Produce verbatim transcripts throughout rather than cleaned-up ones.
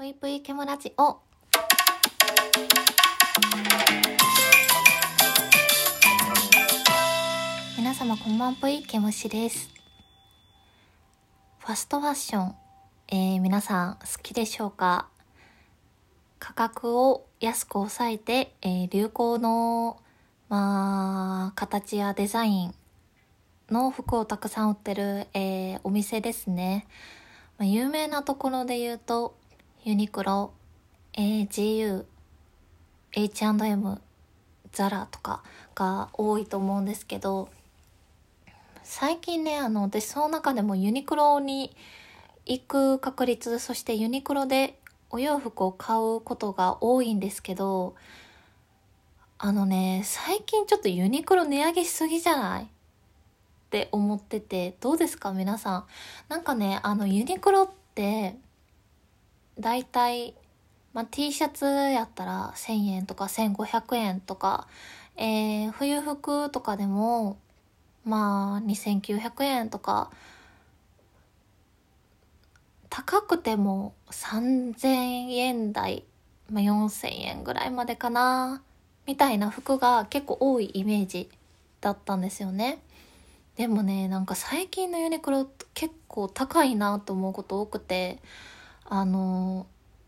ぷいぷいケムラジオ。皆様こんばんぷい、ケムシです。ファストファッション、えー、皆さん好きでしょうか？価格を安く抑えて、えー、流行の、まあ、形やデザインの服をたくさん売ってる、えー、お店ですね。まあ、有名なところで言うとユニクロ、えー、ジーユー、エイチアンドエム、ザラとかが多いと思うんですけど、最近ね、あの私その中でもユニクロに行く確率、そしてユニクロでお洋服を買うことが多いんですけど、あのね、最近ちょっとユニクロ値上げしすぎじゃないって思ってて、どうですか皆さん。なんかね、あのユニクロってだいたい、まあ、T シャツやったらせんえんとかせんごひゃくえんとか、えー、冬服とかでもまあにせんきゅうひゃくえんとか、高くてもさんぜんえん台、まあ、よんせんえんぐらいまでかなみたいな服が結構多いイメージだったんですよね。でもね、なんか最近のユニクロ結構高いなと思うこと多くて、あの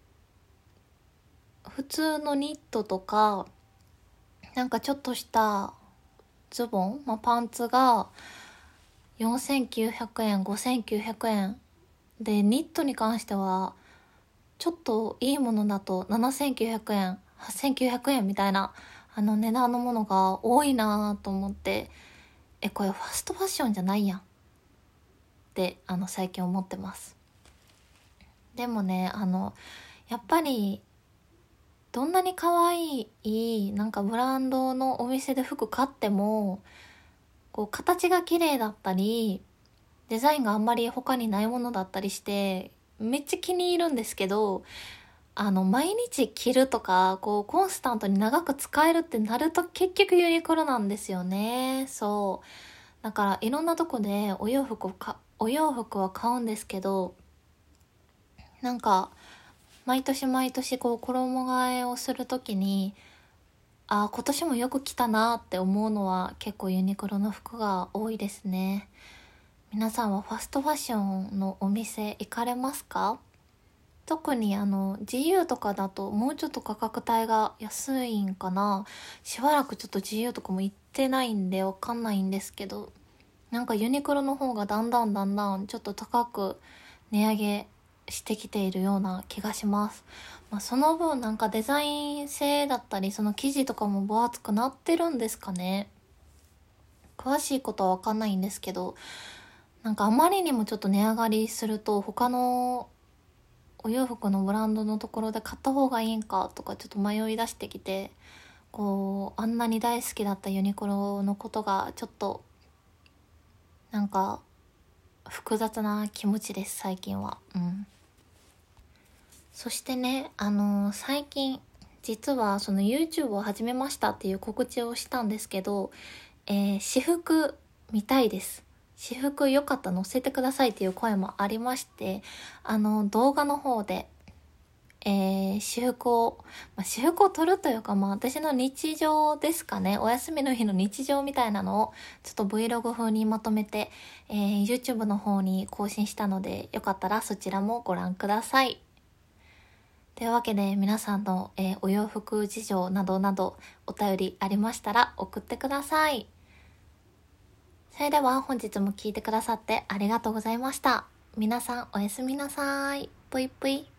普通のニットとかなんかちょっとしたズボン、まあ、パンツがよんせんきゅうひゃくえん、ごせんきゅうひゃくえんで、ニットに関してはちょっといいものだとななせんきゅうひゃくえん、はっせんきゅうひゃくえんみたいなあの値段のものが多いなと思って、えこれファストファッションじゃないやんってあの最近思ってます。でもね、あのやっぱりどんなに可愛いなんかブランドのお店で服買っても、こう形が綺麗だったりデザインがあんまり他にないものだったりしてめっちゃ気に入るんですけど、あの毎日着るとかこうコンスタントに長く使えるってなると結局ユニクロなんですよね。そうだからいろんなとこでお洋服をかお洋服は買うんですけど、なんか毎年毎年こう衣替えをするときに、あ、今年もよく着たなって思うのは結構ユニクロの服が多いですね。皆さんはファストファッションのお店行かれますか？特にあの ジーユー とかだともうちょっと価格帯が安いんかな。しばらくちょっと ジーユー とかも行ってないんでわかんないんですけど、なんかユニクロの方がだんだんだんだんちょっと高く値上げしてきているような気がします。まあ、その分なんかデザイン性だったりその生地とかも分厚くなってるんですかね。詳しいことは分かんないんですけど、なんかあまりにもちょっと値上がりすると他のお洋服のブランドのところで買った方がいいんかとかちょっと迷い出してきて、こうあんなに大好きだったユニクロのことがちょっとなんか複雑な気持ちです最近は。うん。そしてね、あのー最近実はその YouTube を始めましたっていう告知をしたんですけど、えー私服見たいです。私服よかったら載せてくださいっていう声もありまして、あの動画の方で、えー私服を、まあ、私服を撮るというか、まあ私の日常ですかね、お休みの日の日常みたいなのをちょっと Vlog 風にまとめて、えー YouTube の方に更新したので、よかったらそちらもご覧ください。というわけで皆さんの、えーお洋服事情などなどお便りありましたら送ってください。それでは本日も聞いてくださってありがとうございました。皆さんおやすみなさい。ぷいぷい。